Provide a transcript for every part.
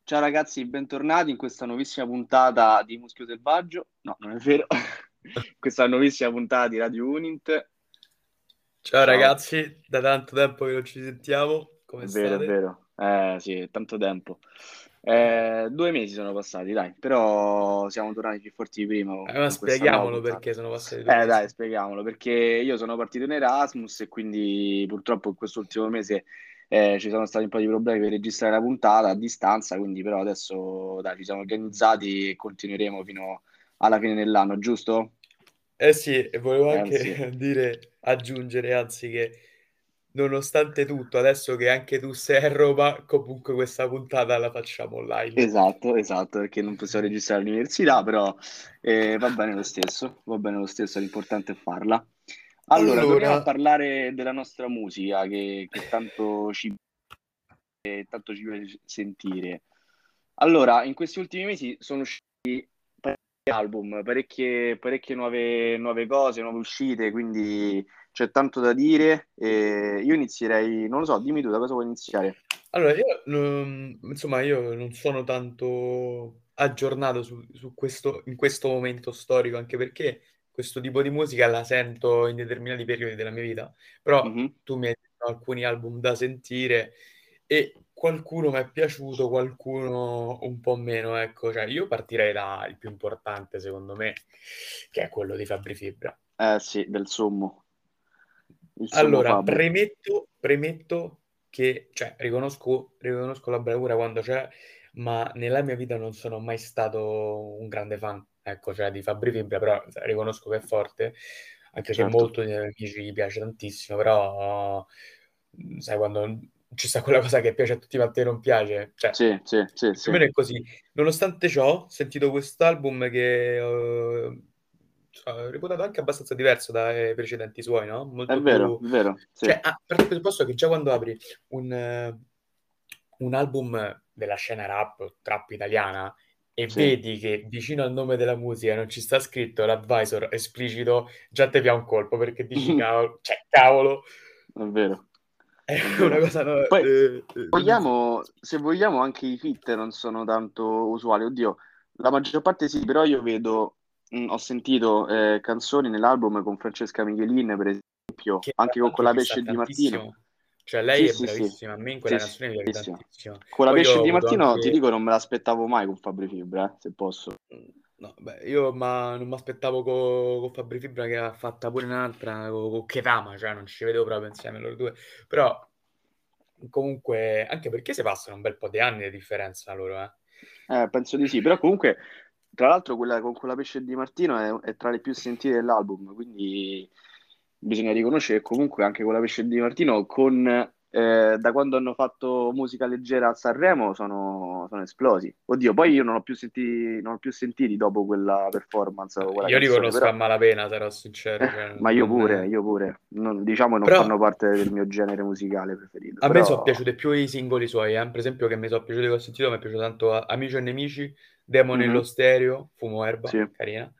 Ciao ragazzi, bentornati in questa nuovissima puntata di Muschio Selvaggio. No, non è vero. Questa nuovissima puntata di Radio Unint. Ciao Ciao, ragazzi, da tanto tempo che non ci sentiamo, è come vero, è state? vero. Sì, è tanto tempo. 2 mesi sono passati, dai, però siamo tornati più forti di prima Ma con questa nuova spieghiamolo puntata. perché sono passati 2 mesi. Dai, spieghiamolo, perché io sono partito in Erasmus e quindi purtroppo in quest'ultimo mese ci sono stati un po' di problemi per registrare la puntata a distanza, quindi però adesso dai, ci siamo organizzati e continueremo fino alla fine dell'anno, giusto? Eh sì, e volevo Sì. anche aggiungere, anzi, che nonostante tutto, adesso che anche tu sei a Roma, comunque questa puntata la facciamo online. Esatto, esatto, perché non possiamo registrare all'università, però va bene lo stesso, va bene lo stesso, l'importante è farla. Allora, torniamo a Allora, parlare della nostra musica che tanto ci piace sentire. Allora, in questi ultimi mesi sono usciti parecchi album, parecchie nuove cose, nuove uscite, quindi c'è tanto da dire. Io inizierei, non lo so, dimmi tu da cosa vuoi iniziare? io non sono tanto aggiornato su questo, in questo momento storico, anche perché questo tipo di musica la sento in determinati periodi della mia vita, però Mhm. tu mi hai detto alcuni album da sentire e qualcuno mi è piaciuto, qualcuno un po' meno, ecco, cioè io partirei dal più importante secondo me, che è quello di Fabri Fibra. Eh sì, del sommo, il sommo Allora, Fabri. premetto che, cioè, riconosco la bravura quando c'è, ma nella mia vita non sono mai stato un grande fan, ecco, cioè, di Fabri Fibra, però riconosco che è forte, anche se Certo. molto dei miei amici gli piace tantissimo, però, sai, quando ci sta quella cosa che piace a tutti ma a te non piace, cioè, Sì, sì, sì, più o sì. meno è così. Nonostante ciò, ho sentito quest'album che ho reputato anche abbastanza diverso dai precedenti suoi, no? Molto più... È vero, sì, Cioè, parte il presupposto che già quando apri un album della scena rap, trap italiana, e sì, è vedi che vicino al nome della musica non ci sta scritto l'advisor esplicito, già te via un colpo, perché dici cavolo, cioè cavolo, vero, è è una vero. cosa... No, Poi se vogliamo, anche i feat non sono tanto usuali. Oddio, la maggior parte sì, però io vedo, ho sentito canzoni nell'album con Francesca Michelin, per esempio, che tra anche con l'altro quella ci sta pesce di Martino. tantissimo. Cioè, Sì, lei è sì, sì, bravissima, a me in quella sì, sì, canzone mi piace bravissima. tantissimo. Con la Poi io pesce ho di avuto Martino, ti anche... dico, non me l'aspettavo mai con Fabri Fibra, se posso. No, beh, ma non mi aspettavo con Fabri Fibra che ha fatta pure un'altra con Ketama, cioè non ci vedevo proprio insieme loro due. Però comunque, anche perché si passano un bel po' di anni di differenza loro, eh. Penso di sì, però comunque, tra l'altro, quella con quella pesce di Martino è tra le più sentite dell'album, quindi bisogna riconoscere che comunque anche con la pesce di Martino, da quando hanno fatto musica leggera a Sanremo, sono esplosi. Oddio, poi io non ho più sentiti dopo quella performance o quella Io li canzone, conosco però, a malapena, sarò sincero, cioè, ma io pure, diciamo non Però fanno parte del mio genere musicale preferito, a me sono però... piaciuti più i singoli suoi, eh. Per esempio che mi sono piaciuti che ho sentito, mi è piaciuto tanto Amici e Nemici, Demone nello Mhm, stereo, Fumo Erba, sì, carina,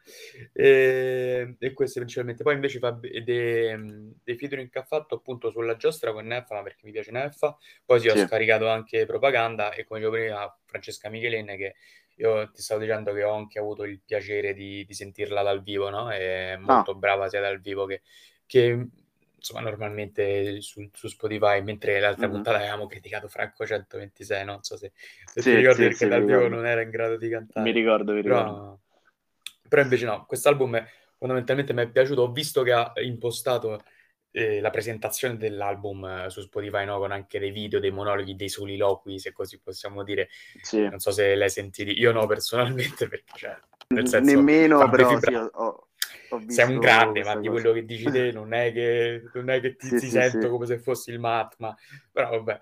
e queste principalmente. Poi invece fa dei featuring che ha fatto appunto sulla giostra con Neffa, perché mi piace Neffa, poi sì, ho sì. scaricato anche Propaganda e come dicevo prima Francesca Michelin che io ti stavo dicendo che ho anche avuto il piacere di sentirla dal vivo, no? È Ah, molto brava sia dal vivo che insomma normalmente su Spotify, mentre l'altra mhm. puntata avevamo criticato Franco 126, non so se ti Sì, ricordi sì, perché sì, mi dal vivo ricordo. non era in grado di Mi cantare, ricordo, mi ricordo. però, però invece no, quest'album fondamentalmente mi è piaciuto, ho visto che ha impostato la presentazione dell'album su Spotify, no? Con anche dei video, dei monologhi, dei soliloqui, se così possiamo dire. Sì, Non so se l'hai sentiti, io no personalmente, perché cioè, nel senso, nemmeno, Fabri però Fibra, sì, ho sei un visto grande, ma questa di cosa. quello che dici te non è che Sì, ti sì, sì. sento come se fossi il Mahatma, però vabbè,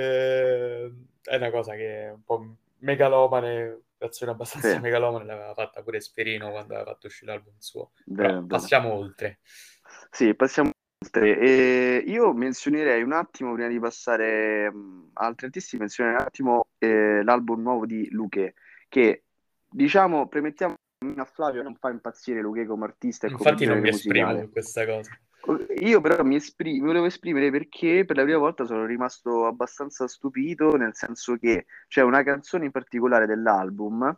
è una cosa che è un po' megalomane, reazione Sì, abbastanza megalomane, l'aveva fatta pure Sperino quando aveva fatto uscire l'album suo, vero, però vero. passiamo oltre. Sì, passiamo oltre. Io menzionerei un attimo, prima di passare altri artisti, menzionerei un attimo l'album nuovo di Luchè, che, diciamo, premettiamo a Flavio non fa impazzire Luchè come artista e come Infatti non genere mi esprimo su musicale. questa cosa. Io però mi volevo esprimere perché per la prima volta sono rimasto abbastanza stupito, nel senso che c'è una canzone in particolare dell'album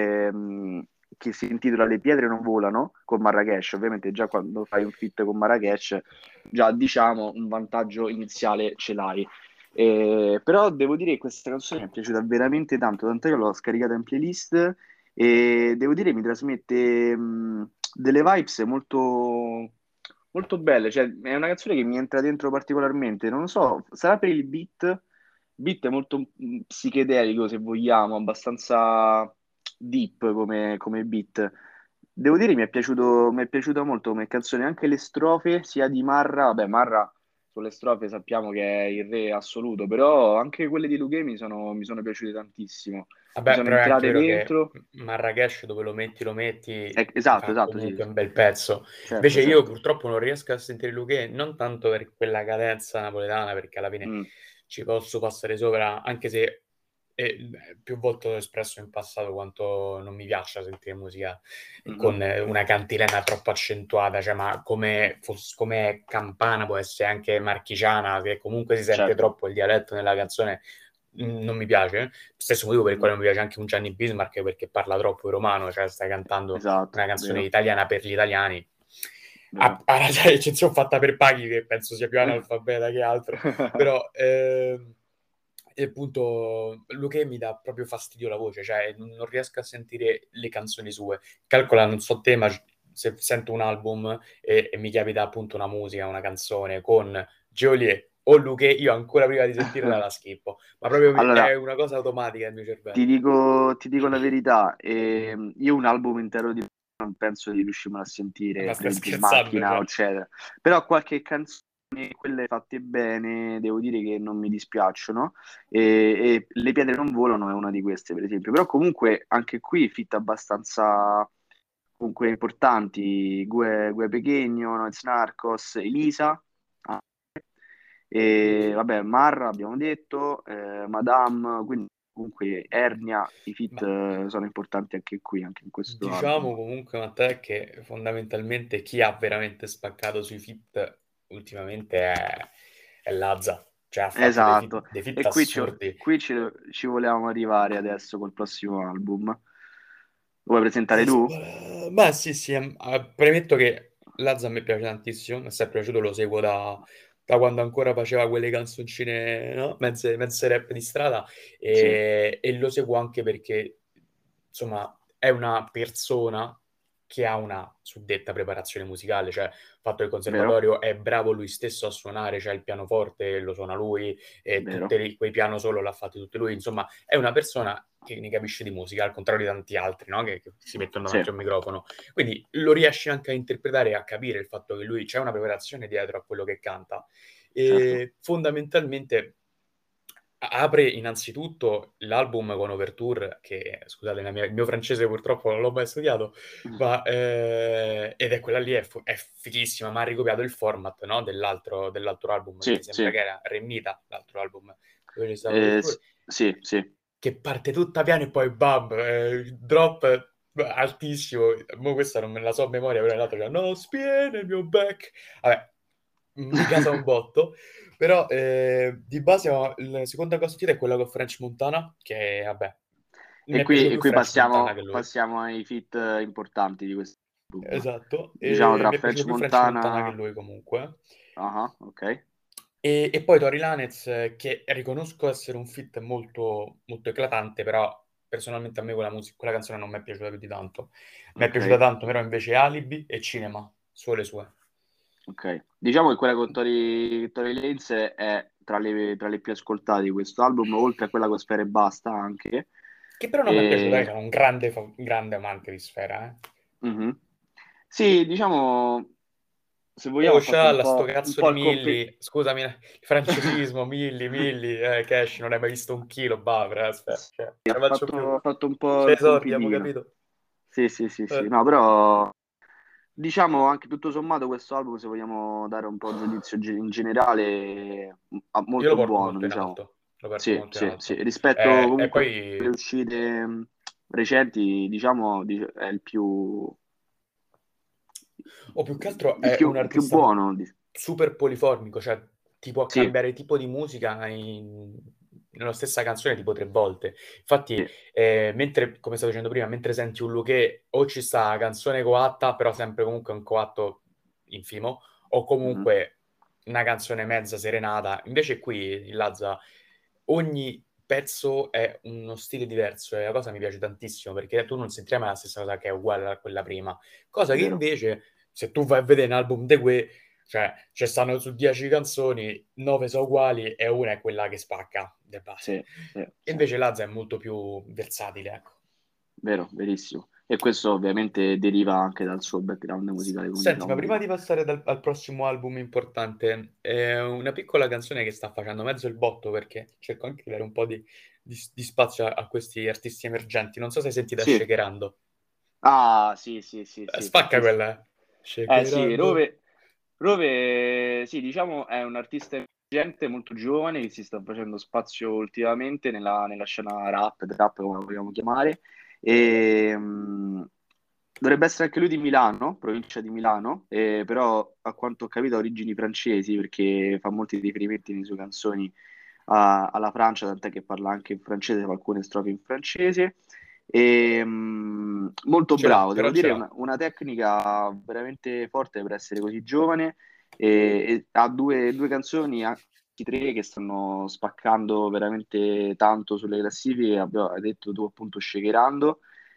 che si intitola Le pietre non volano con Marrakesh. Ovviamente già quando fai un feat con Marrakesh, già diciamo un vantaggio iniziale ce l'hai. Però devo dire che questa canzone mi è piaciuta veramente tanto, tant'è che l'ho scaricata in playlist e devo dire mi trasmette delle vibes molto, molto belle, cioè è una canzone che mi entra dentro particolarmente, non lo so, sarà per il beat, il beat è molto psichedelico se vogliamo, abbastanza deep come beat. Devo dire mi è piaciuta molto come canzone, anche le strofe sia di Marra, vabbè Marra sulle strofe sappiamo che è il re assoluto, però anche quelle di Luchè mi sono piaciute tantissimo, mi Vabbè, sono però è anche entrate vero che dentro. Marrakesh dove lo metti, ti Esatto, fa esatto, sì, comunque sì. un bel pezzo. Certo, Invece io certo. purtroppo non riesco a sentire Luchè, non tanto per quella cadenza napoletana, perché alla fine Mm, ci posso passare sopra, anche se più volte ho espresso in passato quanto non mi piaccia sentire musica mhm, con una cantilena troppo accentuata, cioè ma come campana può essere anche marchigiana, che comunque si sente certo. troppo il dialetto nella canzone, non mi piace. Stesso motivo per il Mhm, quale non mi piace anche un Gianni Bismarck, perché parla troppo in romano, cioè stai cantando esatto, una canzone vero, italiana per gli italiani. vero. A eccezione fatta per Paghi, che penso sia più analfabeta che altro, però e appunto Luché mi dà proprio fastidio la voce, cioè non riesco a sentire le canzoni sue. Calcola, non so te, ma se sento un album e mi capita appunto una musica, una canzone con Geolier o Luché, io ancora prima di sentirla la schippo, ma proprio è Allora, una cosa automatica nel mio cervello. ti dico la verità, io un album intero di non penso di riuscirmelo a Ma sentire, per stai esempio in scherzando, macchina, cioè. eccetera. Però qualche canzone, quelle fatte bene, devo dire che non mi dispiacciono. E Le pietre non volano è una di queste, per esempio. Però comunque anche qui fit abbastanza comunque importanti, Gue Pequeno, Noyz Narcos, Elisa, e vabbè, Marra abbiamo detto, Madame, quindi comunque Ernia, i feat Ma sono importanti anche qui, anche in questo album. diciamo comunque a te che fondamentalmente chi ha veramente spaccato sui fit ultimamente è Lazza, cioè ha fatto Esatto, dei fit e assurdi. ci volevamo arrivare adesso col prossimo album. Lo vuoi presentare tu? Ma sì, sì, premetto che Lazza a me piace tantissimo, mi è sempre piaciuto, lo seguo da quando ancora faceva quelle canzoncine, no? Mezze rap di strada Sì, e lo seguo anche perché, insomma, è una persona che ha una suddetta preparazione musicale, cioè ha fatto il vero? conservatorio, è bravo lui stesso a suonare, cioè il pianoforte lo suona lui, e Vero? quei piano solo l'ha fatti tutti lui, insomma, è una persona che ne capisce di musica, al contrario di tanti altri, no? Che si mettono Sì, davanti a un microfono. Quindi lo riesce anche a interpretare e a capire il fatto che lui c'è una preparazione dietro a quello che canta. certo. E fondamentalmente apre innanzitutto l'album con Overture, che scusate, il mio francese purtroppo non l'ho mai studiato, ma, ed è quella lì, è fighissima, ma ha ricopiato il format, no, dell'altro album, che mi Sì, sembra sì, che era Remita, l'altro album dove ci stava Overture, sì, sì. che parte tutta piano e poi bam, drop altissimo. Mo questa non me la so a memoria, però l'altro no, spiene il mio back. Vabbè, mi casa un botto. Però di base la seconda cosa che è quella con French Montana, che vabbè, mi è piaciuto E più qui French Montana che lui. passiamo ai feat importanti di questo album. Esatto, Diciamo e tra mi è piaciuto French più French Montana che Montana. lui comunque. Ah, ok. E poi Tory Lanez, che riconosco essere un fit molto, molto eclatante, però personalmente a me quella canzone non mi è piaciuta più di tanto. Mi è Ok, piaciuta tanto però invece Alibi e Cinema, sole sue. ok. Diciamo che quella con Tory Lanez è tra le più ascoltate di questo album, oltre a quella con Sfera e Basta anche. Che però non mi è piaciuta, io E, sono un grande amante di Sfera, eh. mhm. Sì, diciamo, se vogliamo Oh, ha fatto scialla, sto un cazzo po' di il compito. Milli, scusami, il francesismo, Milli, Cash, non hai mai visto un chilo, Bavra, aspetta, cioè, non ne faccio più. Ha fatto un po' Sei il sordi, abbiamo compitino. capito? Sì, sì, sì, sì. Eh. No, però diciamo anche tutto sommato questo album, se vogliamo dare un po' un giudizio in generale, Io lo molto porto buono, molto in diciamo. alto, lo porto Sì, molto in sì, sì. alto. Rispetto E comunque alle poi uscite recenti, diciamo, è il più, O più che altro il è un più artista buono. super poliformico, cioè ti può Sì, cambiare tipo di musica nella stessa canzone tipo 3 volte. Infatti, sì. mentre, come stavo dicendo prima, mentre senti un Luché o ci sta la canzone coatta, però sempre comunque un coatto infimo, o Mhm. comunque una canzone mezza serenata. Invece qui, in Lazza, ogni pezzo è uno stile diverso e la cosa mi piace tantissimo perché tu non sentirai mai la stessa cosa che è uguale a quella prima. Cosa che Vero. invece, se tu vai a vedere un album di que, cioè, ci stanno su 10 canzoni, 9 sono uguali e una è quella che spacca, di base. Sì, sì, E sì. invece Lazza è molto più versatile, ecco. Vero, verissimo. E questo ovviamente deriva anche dal suo background musicale, come Senti, ma dicevamo prima prima. di passare al prossimo album importante, è una piccola canzone che sta facendo mezzo il botto perché cerco anche di dare un po' di spazio a questi artisti emergenti. Non so se hai sentito Sì. Shakerando. Ah, sì, sì, sì, sì, Spacca fortissimo. quella, eh. Sì, Shakerando. Rove, sì, diciamo, è un artista emergente molto giovane che si sta facendo spazio ultimamente nella scena rap, trap, come la vogliamo chiamare. E, dovrebbe essere anche lui di Milano, provincia di Milano, però a quanto ho capito ha origini francesi perché fa molti riferimenti nelle sue canzoni alla Francia, tant'è che parla anche in francese, fa alcune strofe in francese. Molto Ce l'ha, bravo, però devo ce dire, l'ha. una tecnica veramente forte per essere così giovane. E ha due canzoni, anche tre, che stanno spaccando veramente tanto sulle classifiche. Hai detto tu appunto Shakerando.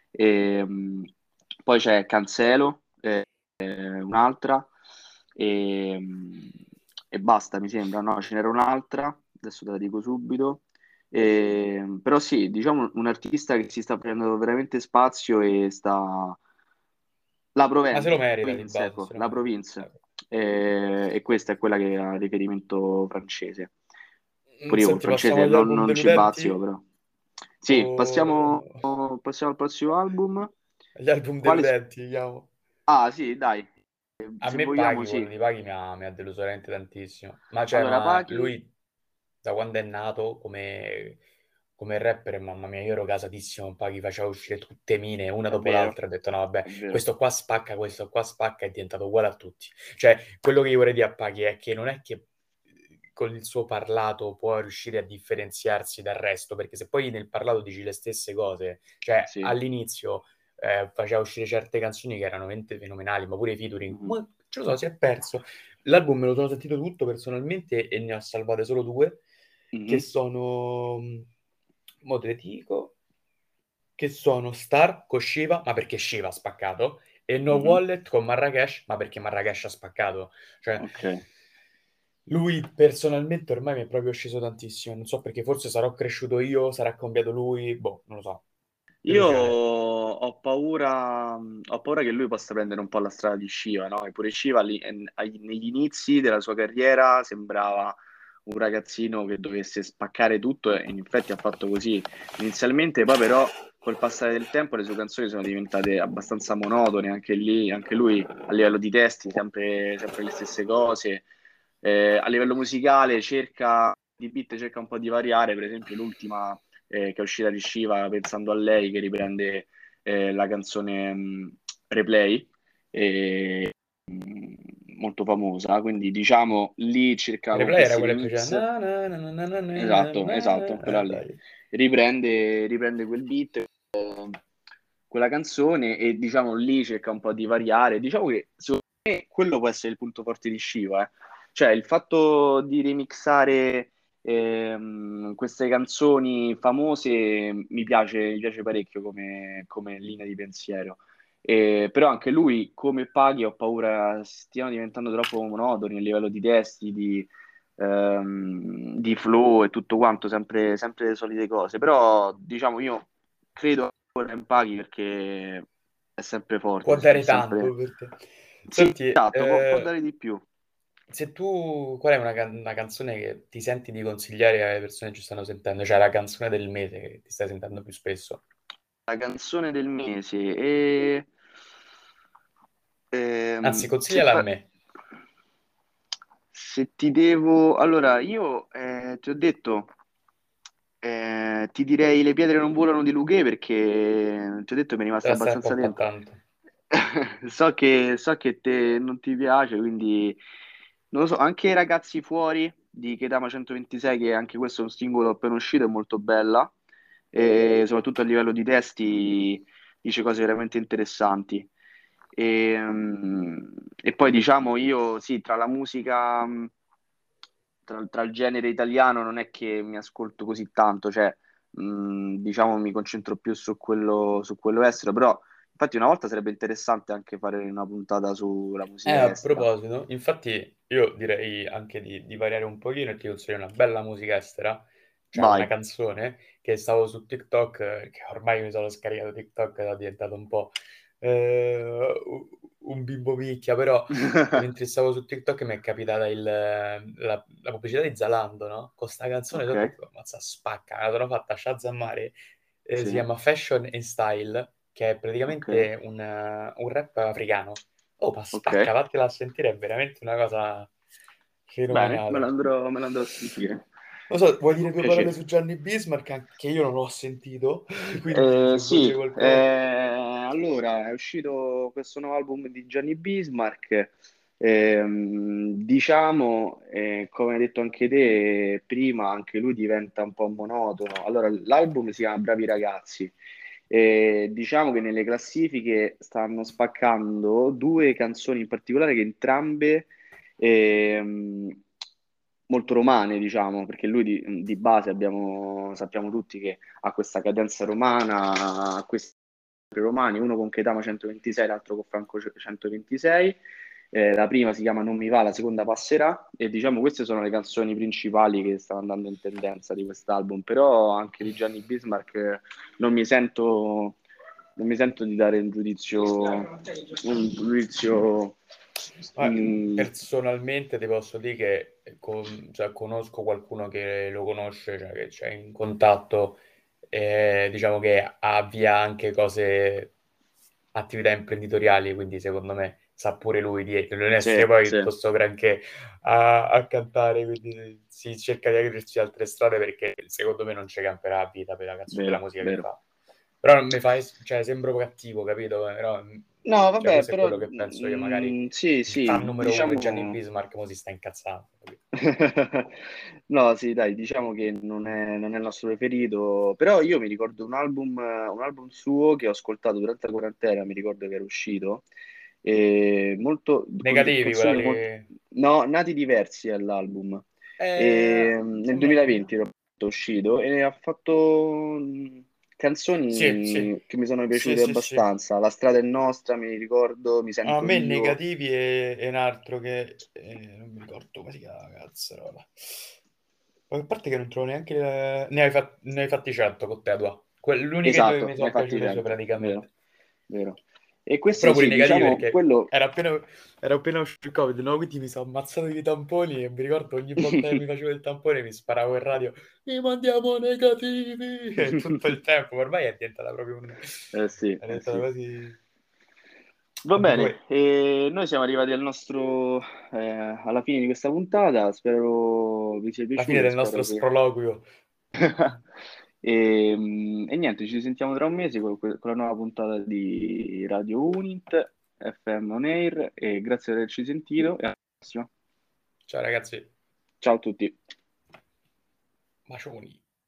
Poi c'è Cancelo, un'altra, e, e basta, mi sembra. No, ce n'era un'altra, adesso te la dico subito. Però sì, diciamo un artista che si sta prendendo veramente spazio e sta... Ma se lo merita di Province, base, ecco, se lo la merita. province. E questa è quella che ha riferimento francese. Pure io col Senti, passiamo francese agli album non ci bazzico, deludenti però. Sì, o passiamo al prossimo album. agli album Quale... deludenti, diciamo. Ah, sì, dai. A Se me vogliamo, Paghi, sì. quello di Paghi mi ha deluso veramente tantissimo. Ma, cioè, Allora, ma Pachi, lui da quando è nato come rapper, mamma mia, io ero gasatissimo con Paghi, faceva uscire tutte mine, una è dopo vero, l'altra, ho detto no, vabbè, è vero. questo qua spacca, è diventato uguale a tutti. Cioè, quello che io vorrei dire a Paghi è che non è che con il suo parlato può riuscire a differenziarsi dal resto, perché se poi nel parlato dici le stesse cose, cioè Sì. all'inizio faceva uscire certe canzoni che erano veramente fenomenali, ma pure i featuring, Mhm, ma ce lo so, si è perso. L'album me lo sono sentito tutto personalmente e ne ho salvate solo due, che mhm, sono, mo te le dico, che sono Star con Shiva, ma perché Shiva ha spaccato, e No mhm. Wallet con Marrakesh, ma perché Marrakesh ha spaccato. Cioè, Ok. lui personalmente ormai mi è proprio sceso tantissimo, non so perché, forse sarò cresciuto io, sarà cambiato lui, boh, non lo so. Io Delusione. ho paura che lui possa prendere un po' la strada di Shiva, no? Eppure Shiva negli inizi della sua carriera sembrava un ragazzino che dovesse spaccare tutto e in effetti ha fatto così inizialmente, poi però col passare del tempo le sue canzoni sono diventate abbastanza monotone, anche lì, anche lui a livello di testi, sempre le stesse cose. A livello musicale di beat cerca un po' di variare, per esempio l'ultima che è uscita di Shiva pensando a lei, che riprende la canzone Replay, eh, molto famosa, quindi diciamo lì Il cerca con replay era questi quello che faceva remix, na na na na na na na esatto, na esatto, na quella lì, dai. riprende quel beat, quella canzone e diciamo lì cerca un po' di variare, diciamo che secondo me quello può essere il punto forte di Shiva, eh. Cioè il fatto di remixare queste canzoni famose mi piace parecchio come linea di pensiero. Però anche lui, come Paghi, ho paura stiano diventando troppo monotoni a livello di testi, di flow e tutto quanto, sempre le solite cose. Però, diciamo, io credo ancora in Paghi perché è sempre Può forte, è dare sempre... tanto per te. Sì, Senti, esatto, può dare di più. se tu, qual è una canzone che ti senti di consigliare alle persone che ci stanno sentendo? Cioè la canzone del mese che ti stai sentendo più spesso? La canzone del mese Anzi, se, consigliala a me. se ti devo... Allora, io ti ho detto, ti direi Le pietre non volano di Luché perché ti ho detto mi è Te rimasta la stai a abbastanza pompare dentro. tanto. so che te non ti piace, quindi non lo so, anche i ragazzi fuori di Ketama 126, che anche questo è un singolo appena uscito, è molto bella, e soprattutto a livello di testi dice cose veramente interessanti. E poi diciamo io, sì, tra la musica, tra il genere italiano non è che mi ascolto così tanto, cioè diciamo mi concentro più su quello estero, però infatti una volta sarebbe interessante anche fare una puntata sulla musica A estera. proposito, infatti io direi anche di variare un pochino e ti consiglio una bella musica estera, cioè una Vai. canzone che stavo su TikTok, che ormai mi sono scaricato TikTok ed è diventato un po' un bimbo picchia, però mentre stavo su TikTok mi è capitata la pubblicità di Zalando, no? Con sta canzone Ok, sotto, dico, mazza spacca, me la sono fatta shazammare, si sì, chiama Fashion and Style, che è ok, praticamente un rap africano. Oh, ma ok. spacca, vattela a sentire, è veramente una cosa Bene, me lo fenomenale. andrò, me lo andrò a sentire. Non so, vuoi dire Con due parole piacere. su Gianni Bismarck, che io non ho sentito, quindi se vuoi Sì, dire qualcosa. allora è uscito questo nuovo album di Gianni Bismarck. Diciamo, come hai detto anche te prima, anche lui diventa un po' monotono. Allora, l'album si chiama Bravi ragazzi. Diciamo che nelle classifiche stanno spaccando due canzoni in particolare che entrambe ehm, molto romane, diciamo, perché lui di base sappiamo tutti che ha questa cadenza romana, ha questi romani, uno con Ketama 126, l'altro con Franco 126. La prima si chiama Non mi va, la seconda passerà, e diciamo queste sono le canzoni principali che stanno andando in tendenza di quest'album, però anche di Gianni Bismarck non mi sento, non mi sento di dare un giudizio, Ma, mm, personalmente ti posso dire che cioè, conosco qualcuno che lo conosce, cioè che c'è in contatto, diciamo che avvia anche cose, attività imprenditoriali, quindi secondo me sa pure lui di non essere sì, poi sì, questo granché a cantare, quindi si cerca di aprirsi altre strade perché secondo me non ci camperà a vita per la vero, musica che vero. fa. Però non mi fa, cioè, sembro cattivo, capito? Però, No, cioè, vabbè, questo è però quello che penso io. Magari sì, il fan sì, numero uno è Gianni diciamo. Bismarck, mo si sta incazzando, capito? No, sì, dai, diciamo che non è il nostro preferito, però io mi ricordo un album suo che ho ascoltato durante la quarantena, mi ricordo che era uscito, molto, con Negativi, canzoni quella molto. lì. No, Nati Diversi è l'album. Nel Non me la 2020 ricordo. era uscito e ha fatto Sì, sì, canzoni che mi sono sì, piaciute sì, sì. abbastanza. La strada è nostra, mi ricordo, mi A sento me vivo. negativi è un altro che non mi ricordo come si chiama, cazzarola. Poi, a parte che non trovo neanche ne hai fatti 100 con te, Tua. L'unica due che Esatto, mi ne hai sono fatti piaciute 100, praticamente. vero, vero. E questi Però pure i sì, negativi diciamo, perché quello. era appena uscito il Covid, no? Quindi mi sono ammazzato di tamponi e mi ricordo ogni volta che mi facevo il tampone mi sparavo in radio, li mandiamo negativi! E tutto il tempo, ormai è diventata proprio Sì, è diventata sì. quasi. Va Non dico che. bene, e noi siamo arrivati alla fine di questa puntata, spero vi sia La fine piaciuta, del nostro spero che. sproloquio. E niente, ci sentiamo tra un mese con la nuova puntata di Radio Unit, FM On Air, e grazie per averci sentito e alla prossima. Ciao ragazzi, Ciao a tutti. bacioni.